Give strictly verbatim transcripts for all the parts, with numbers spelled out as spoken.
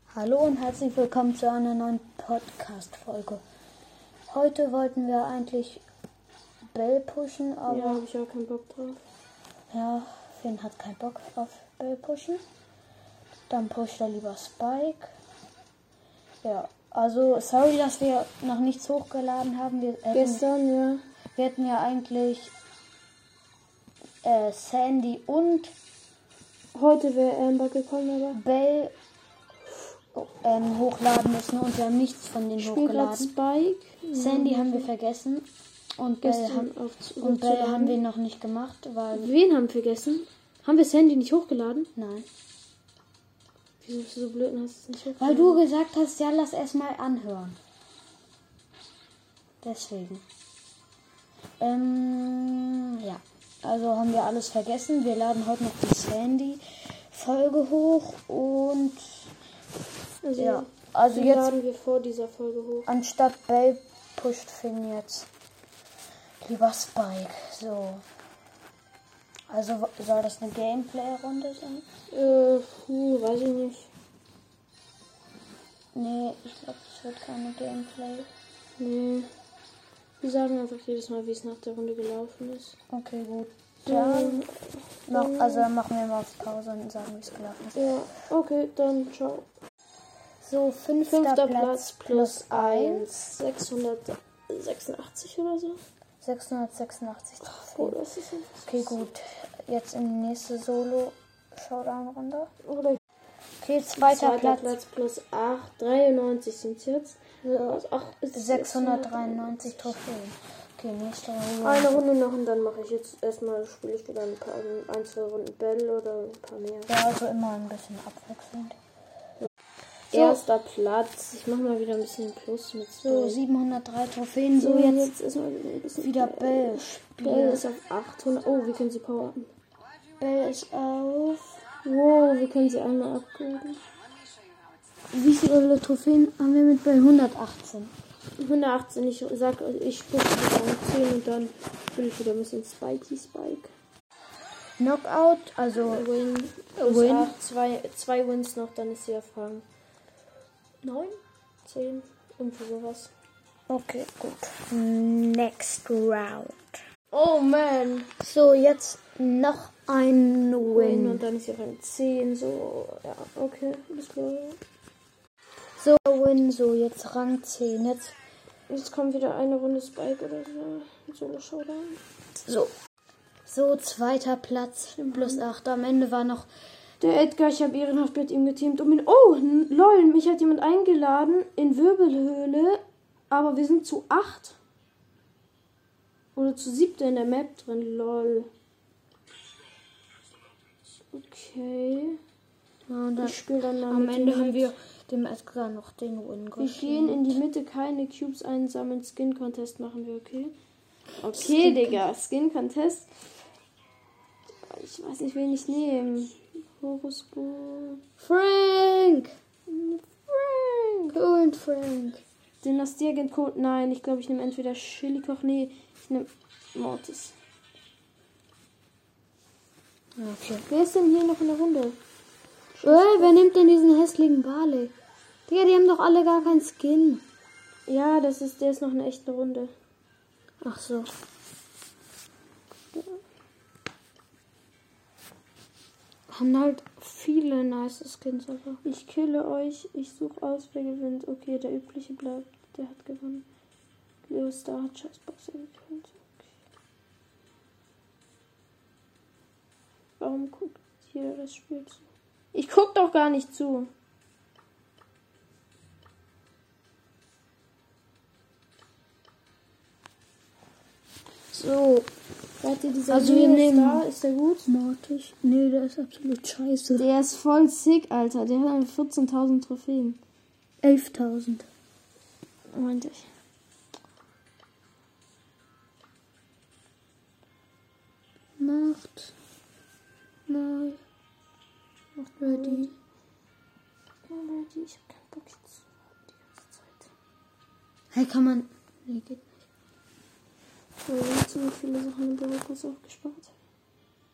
Hallo und herzlich willkommen zu einer neuen Podcast-Folge. Heute wollten wir eigentlich Bell pushen, aber... Ja, habe ich auch keinen Bock drauf. Ja, Finn hat keinen Bock auf Bell pushen. Dann pusht er lieber Spike. Ja, also sorry, dass wir noch nichts hochgeladen haben. Wir hätten, Gestern, ja. Wir hätten ja eigentlich äh, Sandy und Heute wäre Amber gekommen, aber... Bell ähm, hochladen müssen und wir haben nichts von denen Spiel grad hochgeladen. Spike. Sandy ja, haben wir vergessen und Bell, gestern haben, auf und Bell haben wir noch nicht gemacht, weil... Wen haben wir vergessen? Haben wir Sandy nicht hochgeladen? Nein. Wieso bist du so blöd und hast es nicht hochgeladen? Weil du gesagt hast, ja, lass erst mal anhören. Deswegen. Ähm, ja. Also haben wir alles vergessen. Wir laden heute noch die Sandy-Folge hoch und... Also, ja, also die jetzt... laden wir vor dieser Folge hoch. Anstatt Bell pusht Finn jetzt lieber Spike. So. Also soll das eine Gameplay-Runde sein? Äh, puh, weiß ich nicht. Nee, ich glaube, es wird keine Gameplay. Nee. Wir sagen einfach jedes Mal, wie es nach der Runde gelaufen ist. Okay, gut. Dann, Ähm, noch, also dann machen wir mal auf Pause und sagen, wie es gelaufen ist. Ja, okay, dann ciao. So, fünfter, Fünfter Platz, Platz plus plus eins. eins. sechshundertsechsundachtzig oder so. sechshundertsechsundachtzig Oh, Trophäen. das ist ein Okay, gut. Jetzt in die nächste Solo-Showdown-Runde. Oder Okay, zweiter, zweiter Platz. Platz plus acht. dreiundneunzig sind es jetzt. So, Ach, ist sechshundertdreiundneunzig Trophäen. Okay, nächste Runde. Eine Runde noch und dann mache ich jetzt erstmal, spiele ich wieder ein paar, ein, zwei Runden Bell oder ein paar mehr. Ja, also immer ein bisschen abwechselnd. So. Erster Platz. Ich mache mal wieder ein bisschen Plus mit So, zwei. siebenhundertdrei Trophäen. So, So, jetzt, jetzt ist mal wieder ein bisschen wieder Bell Bell spielen. ist auf achthundert. Oh, wir können sie powern. Bell ist auf... Wow, wir können sie einmal upgraden. Wie viele Trophäen haben wir mit Bell? hundertachtzehn. hundertachtzehn, ich sag, ich pushe bis an zehn und dann will ich wieder ein bisschen Spiky Spike. Knockout, also Win. Plus Win. acht, zwei, zwei Wins noch, dann ist sie auf Rang neun, zehn, irgendwie sowas. Okay, gut. Next round. Oh man. So, jetzt noch ein Win Win. und dann ist sie auf Rang zehn, so, ja, okay, bis gleich. So, Win, so, jetzt Rang zehn. Jetzt, Jetzt kommt wieder eine Runde Spike oder so, Solo Showdown. so. So, zweiter Platz, plus acht. Am Ende war noch... Der Edgar, ich habe ehrenhaft mit ihm geteamt. Um ihn, oh, n- lol, mich hat jemand eingeladen in Wirbelhöhle, aber wir sind zu acht. Oder zu siebte in der Map drin, lol. Okay. Ja, und dann, Ich spiele dann mal am mit Ende ihm haben mit. wir dem Edgar noch den Win Wir gegeben. gehen in die Mitte, keine Cubes einsammeln, Skin Contest machen wir, okay? Okay, Skin- Digga, Skin Contest. Ich weiß nicht, wen ich nehme. Horus Bull. Frank! Frank. Und Frank. Dynastieagent Code, nein, ich glaube, ich nehme entweder Chilikoch, nee, ich nehme Mortis. Okay. Wer ist denn hier noch in der Runde? Äh, wer nimmt denn diesen hässlichen Barley? Digga, die haben doch alle gar keinen Skin. Ja, das ist, der ist noch eine echte Runde. Ach so. Haben halt viele nice Skins, aber. Ich kille euch, ich suche aus, wer gewinnt. Okay, der übliche bleibt, der hat gewonnen. Leo Star hat Scheißbox Event. Okay. Warum guckt jeder das Spiel zu? Ich guck doch gar nicht zu. So, Warte, dieser Also wir Leo nehmen- Star, ist der gut? Mortis. Nee, der ist absolut scheiße. Der ist voll sick, Alter. Der hat vierzehntausend Trophäen. elftausend. Meinte ich. Macht. Mal. Macht ready. Alter, ich hab keinen Bock jetzt die ganze Zeit. Hey, kann man. Nee, geht nicht. So, wir haben ziemlich viele Sachen im Bürokurs aufgespart.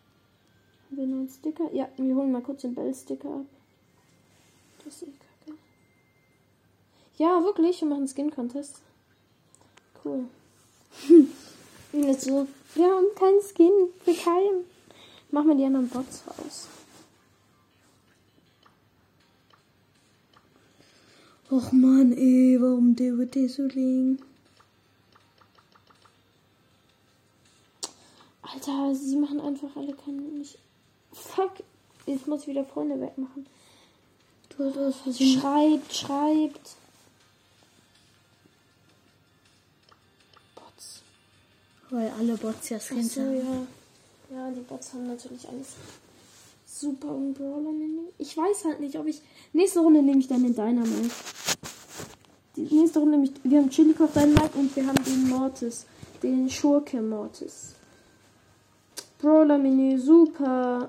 Haben wir noch einen Sticker? Ja, wir holen mal kurz den Bell-Sticker ab. Das ist eh kacke. Ja, wirklich. Wir machen einen Skin-Contest. Cool. Jetzt so, wir haben keinen Skin für keinen. Machen wir die anderen Bots raus. Och man, ey, warum der wird der so liegen? Alter, sie machen einfach alle keinen. Nicht. Fuck. Jetzt muss ich wieder Freunde wegmachen. Du hast aus Versehen. Schreibt, schreibt. Bots. Weil alle Bots ja Skins So, haben. ja. Ja, die Bots haben natürlich alles super im Brawler-Menü. Ich weiß halt nicht, ob ich. Nächste Runde nehme ich dann den Dynamite. Die nächste Runde nehme ich. Wir haben Chillikopf Dynamite und wir haben den Mortis. Den Schurke Mortis. Brawler-Menü, super.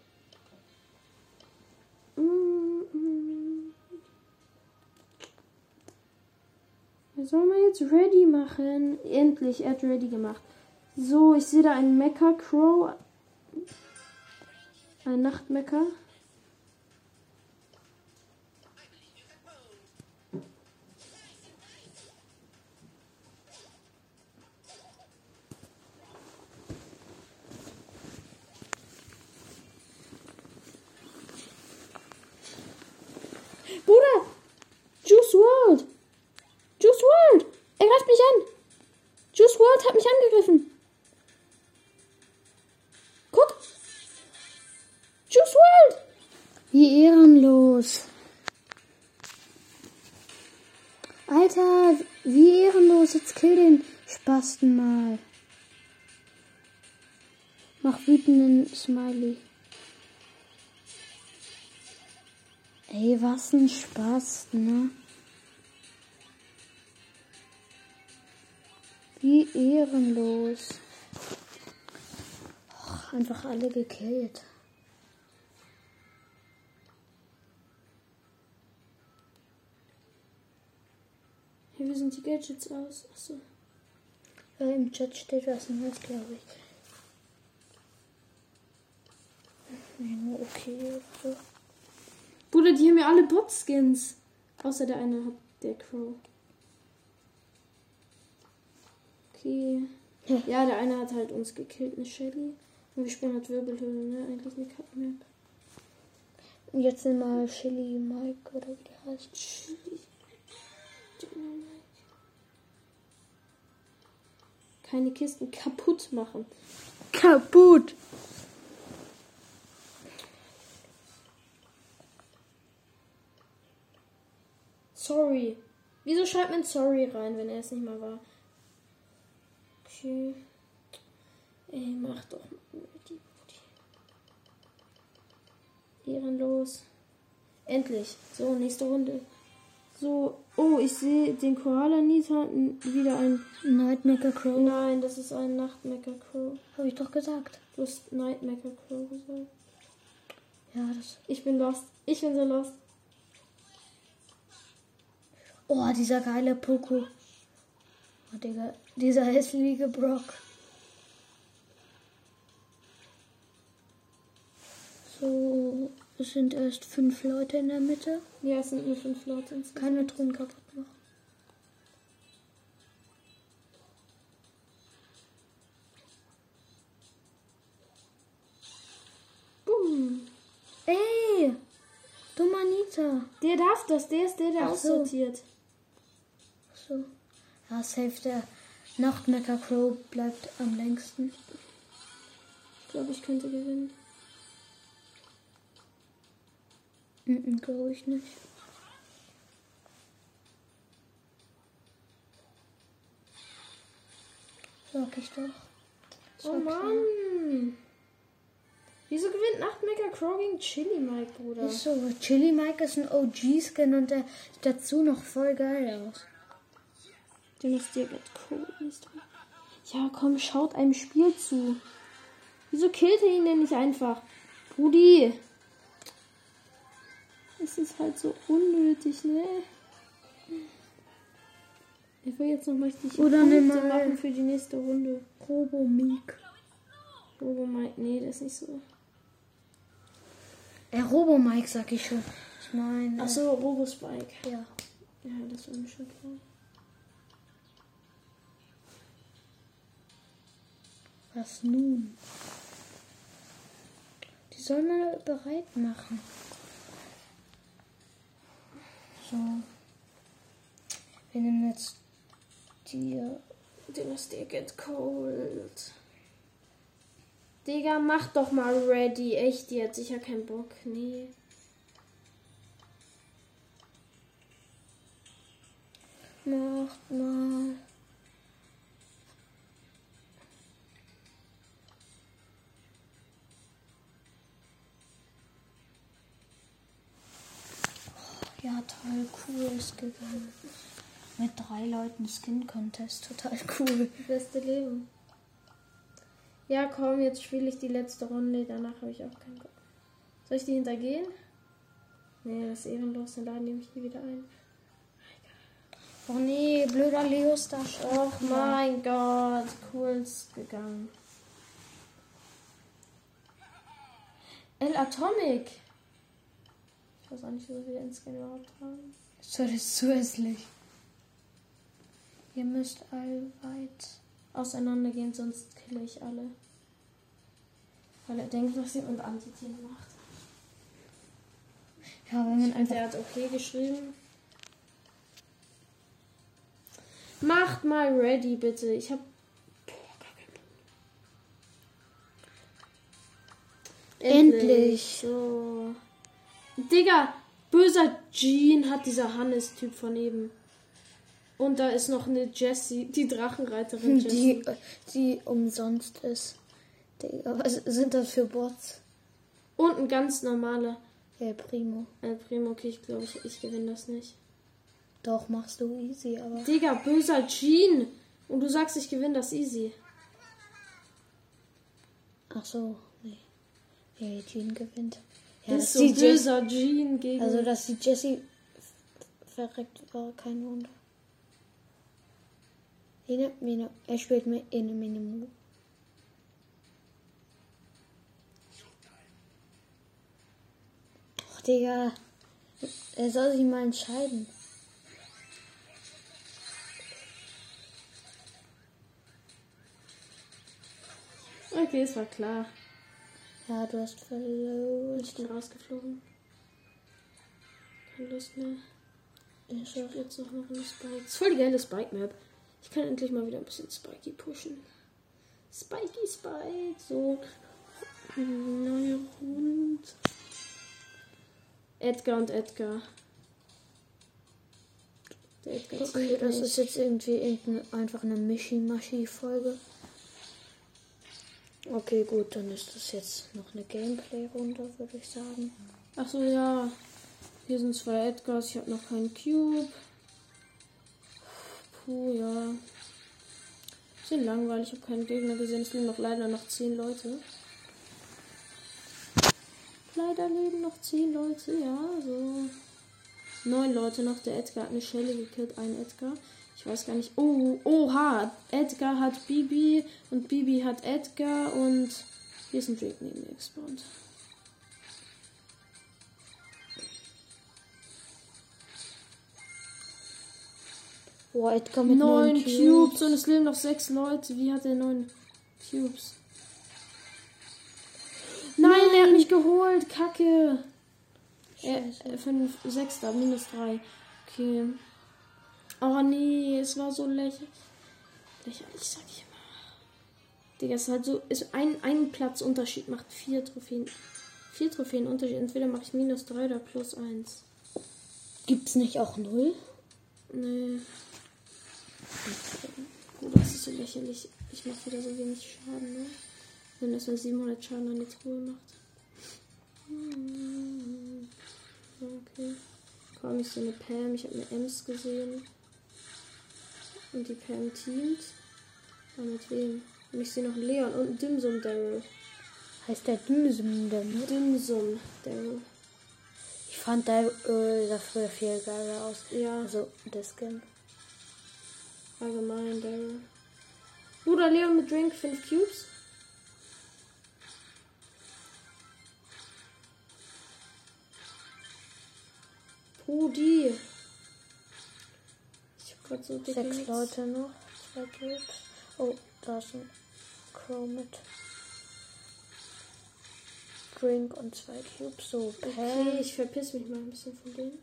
Was soll man jetzt ready machen? Endlich, er hat ready gemacht. So, ich sehe da einen Mecha Crow. Ein Nachtmecker. Bruder! Juice World! Juice World! Er greift mich an! Juice World hat mich angegriffen! Guck! Juice World! Wie ehrenlos. Alter, wie ehrenlos. Jetzt kill den Spasten mal. Mach wütenden Smiley. Ey, was ein Spaß, ne? Wie ehrenlos. Och, einfach alle gekillt. Hey, wie sind die Gadgets aus? Achso. Ja, im Chat steht was Neues, glaube ich. Nee, nur okay oder so. Bruder, die haben ja alle Bot-Skins. Außer der eine hat der Crow. Okay. Ja. Ja, der eine hat halt uns gekillt, eine Shelly. Und wir spielen halt Wirbelhöhle, ne? Eigentlich eine Cut-Map. Und jetzt sind mal Chili Mike oder wie der heißt. Chili. Keine Kisten kaputt machen. Kaputt! Sorry. Wieso schreibt man sorry rein, wenn er es nicht mal war? Okay. Ey, mach doch mal die ehrenlos. Endlich. So, nächste Runde. So. Oh, ich sehe den Koala Nita wieder ein. Nightmaker Crow. Nein, das ist ein Nachtmecker Crow. Habe ich doch gesagt. Du hast Nightmaker Crow gesagt. Ja, das. Ich bin lost. Ich bin so lost. Oh, dieser geile Poco. Oh, Digga. Dieser hässliche Brock. So, es sind erst fünf Leute in der Mitte. Ja, es sind nur fünf Leute insgesamt. Keine Truhen kaputt machen. Boom. Ey! Domanita. Der darf das. Der ist der, der Ach so. aussortiert. So. Ja, safe der Nachtmecker Crow bleibt am längsten. Ich glaube, ich könnte gewinnen. Mhm, glaube ich nicht. Sag ich doch. Oh Sag Mann. Wieso gewinnt Nachtmecker Crow gegen Chili Mike, Bruder? Ist so, Chili Mike ist ein O G-Skin und der sieht dazu noch voll geil aus. Den ist dir gerade cool. Ja, komm, schaut einem Spiel zu. Wieso killt er ihn denn nicht einfach? Brudi. Es ist halt so unnötig, ne? Ich will jetzt noch mal richtig Oder nimm Punkte mal machen für die nächste Runde. Robo Mike. Robo Mike, nee, das ist nicht so. Äh, Robo Mike sag ich schon. Ich meine. Achso, Robo Spike. Ja. Ja, das war mir schon klar. Was nun? Die soll mal bereit machen. So. Wir nehmen jetzt die. Dynasty Get Cold. Digga, mach doch mal ready. Echt jetzt. Ich hab keinen Bock. Nee. Macht mal. Ja, toll, cool ist gegangen. Mit drei Leuten Skin Contest, total cool. Beste Leben. Ja, komm, jetzt spiele ich die letzte Runde. Danach habe ich auch keinen Bock. Soll ich die hintergehen? Nee, das ist ehrenlos. Dann laden die mich nie wieder ein. Oh nee, blöder Leo-Stash. Och mein Gott, cool ist gegangen. El Atomic. Ich weiß auch nicht, wie wir den Skin überhaupt haben. So, das ist zu hässlich. Ihr müsst allweit Auseinandergehen, sonst kille ich alle. Weil er denkt, was jemand Antitieren macht. Ja, wenn man einfach. Der hat okay geschrieben. Macht mal ready, bitte. Ich hab. Endlich. So. Digga, böser Jean hat dieser Hannes-Typ von eben. Und da ist noch eine Jessie, die Drachenreiterin Jessie. Die, die umsonst ist. Digga, was sind das für Bots? Und ein ganz normaler. El Primo. El Primo, okay, ich glaube, ich, ich gewinne das nicht. Doch, machst du easy, aber. Digga, böser Jean. Und du sagst, ich gewinne das easy. Ach so, nee. Nee, Jean gewinnt. Ja, ist dass so die böser Jean gegen... Also, dass die Jessie verreckt war, kein Wunder. Ene, Mene, er spielt mit Ene, Mene, Mu. Och, Digga. Er soll sich mal entscheiden. Okay, es war klar. Ja, du hast verloren. Ich bin rausgeflogen. Keine Lust mehr. Ich Ich spiele jetzt noch eine Runde Spike. Das ist voll die geile Spike-Map. Ich kann endlich mal wieder ein bisschen Spiky pushen. Spiky Spike. So. Neue Runde. Edgar und Edgar. Der Edgar Okay, zieht das nicht. ist jetzt irgendwie irgendeine, einfach eine Mischi-Maschi-Folge. Okay, gut, dann ist das jetzt noch eine Gameplay-Runde, würde ich sagen. Achso, ja. Hier sind zwei Edgars. Ich habe noch keinen Cube. Puh, ja. Bisschen langweilig. Ich habe keinen Gegner gesehen. Es leben noch leider noch zehn Leute. Leider leben noch zehn Leute, ja. So. Neun Leute noch. Der Edgar hat eine Schelle gekillt. Ein Edgar. Ich weiß gar nicht. Oh, oha. Edgar hat Bibi und Bibi hat Edgar und hier ist ein Drake neben mir gespawnt. Boah, Edgar mit Neun neun Cubes. Cubes. Und es leben noch sechs Leute. Wie hat er neun Cubes? Nein, Nein. er hat mich geholt. Kacke. Scheiße. Er, fünf, sechs da, minus drei. Okay. Oh nee, es war so lächerlich. Lächerlich, sag ich immer. Digga, es ist halt so, ist ein, ein Platzunterschied macht vier Trophäen. Vier Trophäen Unterschied. Entweder mache ich minus drei oder plus eins. Gibt's nicht auch null? Nee. Gut, das ist so lächerlich. Ich mache wieder so wenig Schaden, ne? Wenn das mal siebenhundert Schaden an die Truhe macht. Hm. Okay. Komm, ich sehe eine Pam. Ich habe eine Ems gesehen. Und die Pam teamt. Aber mit wem? Und ich sehe noch einen Leon und einen Dimsum Daryl. Heißt der Dimsum denn? Dimsum Daryl. Ich fand der äh, dafür viel geiler aus. Ja, Also, der Skin. allgemein Daryl. Bruder Leon mit Drink, fünf Cubes. Brudi. gerade so dicke Sechs Hits. Leute noch. Zwei Cubes. Oh, da ist ein Crow mit Drink und zwei Cubes. So, Okay, Pam. ich verpiss mich mal ein bisschen von denen.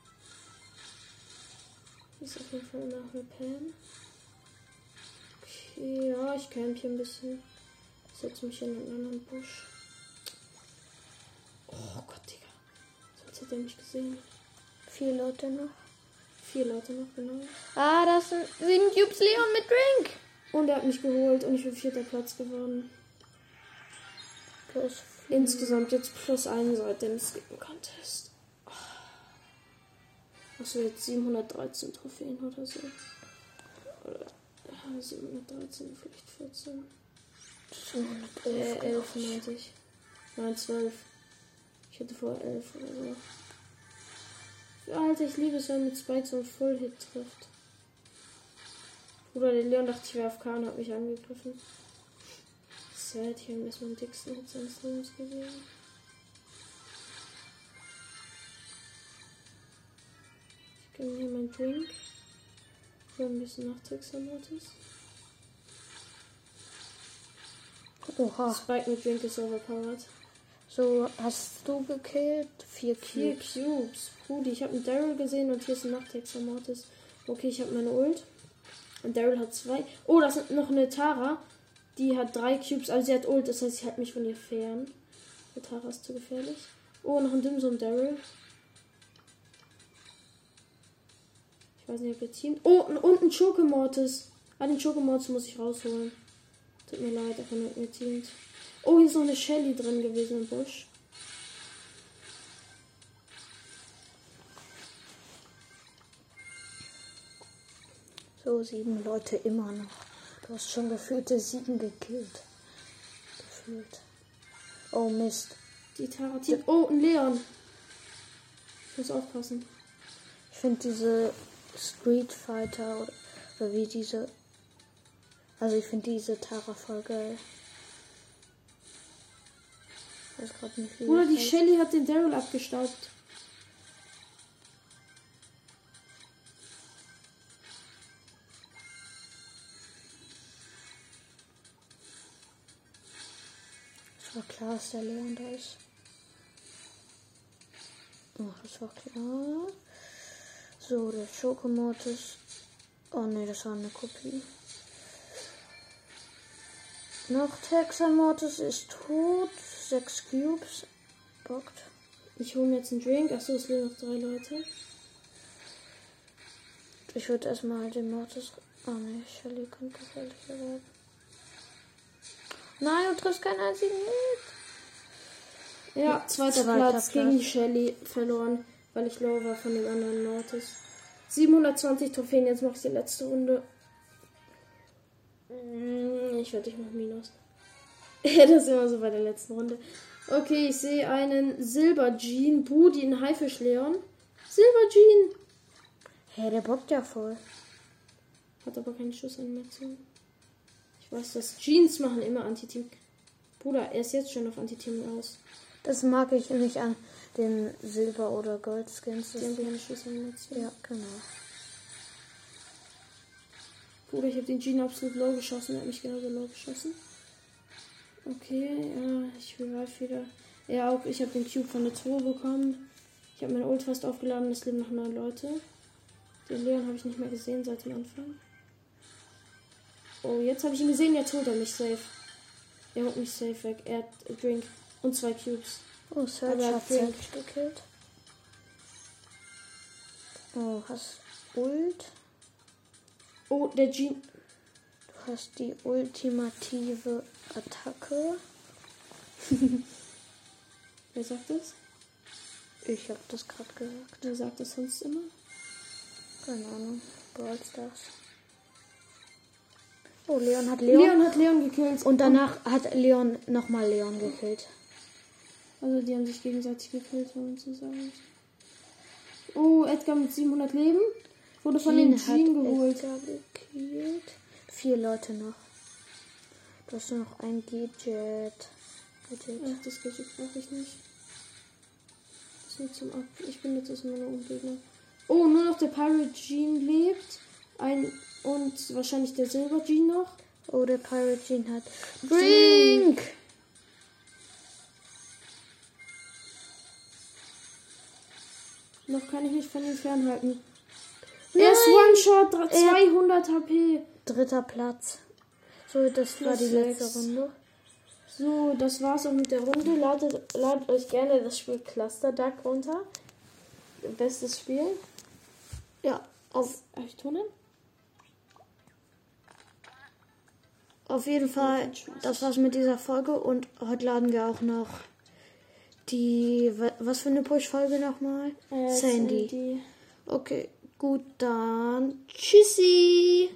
Hier ist auf jeden Fall noch eine Pam. Okay, ja, ich camp hier ein bisschen. Setze mich in einen anderen Busch. Oh Gott, Digga. Sonst hätte er mich gesehen. Vier Leute noch. Vier Leute noch, genau. Ah, das sind sieben Cubes Leon mit Drink. Und er hat mich geholt und ich bin vierter Platz geworden. Plus Insgesamt jetzt plus ein seit dem Skippen Contest. Achso, jetzt siebenhundertdreizehn Trophäen oder so. Oder ja, siebenhundertdreizehn, vielleicht vierzehn. Äh, elf meinte ich. Nein, zwölf. Ich hatte vorher elf oder so. Alter, ich liebe es, wenn mit Spikes so ein Full-Hit trifft. Oder der Leon dachte, ich wäre auf K und hat mich angegriffen. Sad, ich habe erstmal den dicksten Hit seines Lebens gesehen. Ich gebe mir hier meinen Drink. Hol ein bisschen nach Texamotis. Oha. Spike mit Drink ist overpowered. So, hast du gekillt? Vier Vier Cubes. Cubes. Brudi, ich habe einen Daryl gesehen und hier ist ein Nachttexamotis. Okay, ich habe meine Ult. Und Daryl hat zwei. Oh, das ist noch eine Tara. Die hat drei Cubes, also sie hat Ult, das heißt, ich halte mich von ihr fern. Die Tara ist zu gefährlich. Oh, noch ein Dimsum Daryl. Ich weiß nicht, ob ihr teamt. Oh, und ein Chokemortis. Ah, den Chokemortis muss ich rausholen. Tut mir leid, aber nicht mir teamt. Oh, hier ist noch eine Shelly drin gewesen im Busch. So, sieben Leute immer noch. Du hast schon gefühlte sieben gekillt. Gefühlt. Oh Mist. Die Tara teamt. Oh, ein Leon. Ich muss aufpassen. Ich finde diese Street Fighter oder, oder wie diese. Also ich finde diese Tara voll geil. Ich weiß gerade nicht, wie Oder die heißt. Shelly hat den Daryl abgestaubt. Es war klar, dass der Leon da ist. Oh, das war klar. So, der Chokemortis. Oh ne, das war eine Kopie. Noch Texamotis ist tot. Sechs Cubes. Bockt. Ich hole mir jetzt einen Drink. Achso, es leben noch drei Leute. Ich würde erstmal den Mortis. Oh ne, Shelly könnte gefährlicher werden. Nein, du triffst keinen einzigen Hit. Ja, zweiter, Zweiter Platz, Platz. gegen Shelly verloren, weil ich low war von dem anderen Mortis. siebenhundertzwanzig Trophäen, jetzt mache ich die letzte Runde. Ich werde dich noch minus. Ja, das ist immer so bei der letzten Runde. Okay, ich sehe einen Silber Jean, Brudi in Haifisch Leon. Silber Jean. Hä, hey, der bockt ja voll. Hat aber keine Schussanimation. Ich weiß, dass Jeans machen immer Anti-Team. Bruder, er ist jetzt schon auf Anti-Team aus. Das mag ich nicht an den Silber- oder Gold-Skins. Die haben keine Schussanimation. Ja, genau. Bruder, ich habe den Jean absolut low geschossen. Er hat mich genauso low geschossen. Okay, ja, ich revive wieder. Ja, auch ich habe den Cube von der zwei bekommen. Ich habe meine Ult fast aufgeladen. Es leben noch neun Leute. Den Leon habe ich nicht mehr gesehen seit dem Anfang. Oh, jetzt habe ich ihn gesehen. Jetzt holt er mich safe. Er holt mich safe weg. Er hat a Drink und zwei Cubes. Oh, Search Aber hat Drink. Search gekillt. Oh, hast Ult. Oh, der Jean. Du hast die ultimative Attacke. Wer sagt das? Ich habe das gerade gesagt. Wer sagt das sonst immer? Keine Ahnung. Brawl Stars. Oh, Leon hat Leon. Leon hat Leon gekillt. Und danach hat Leon nochmal Leon gekillt. Also die haben sich gegenseitig gekillt, wenn man so sagen. Oh, Edgar mit siebenhundert Leben. Wurde von den Jean geholt. Edgar gekillt. Vier Leute noch. Du hast nur noch ein Gadget. Gadget. Ach, das Gadget brauche ich nicht. Das ist nur zum Ab. Ich bin jetzt aus meiner Umgegner. Oh, nur noch der Pirate Jean lebt. Ein und wahrscheinlich der Silber Jean noch. Oh, der Pirate Jean hat Drink. Noch kann ich mich von ihm fernhalten. Nein. Er ist One-Shot, dr- zweihundert H P. Dritter Platz. So, das war die letzte sechs. Runde. So, das war's auch mit der Runde. Ladet, ladet euch gerne das Spiel Cluster Duck runter. Bestes Spiel. Ja, auf, Darf ich tunen? auf jeden Fall, das war's mit dieser Folge und heute laden wir auch noch die, wa- was für eine Push-Folge nochmal? Äh, Sandy. Sandy. Okay, gut, dann tschüssi.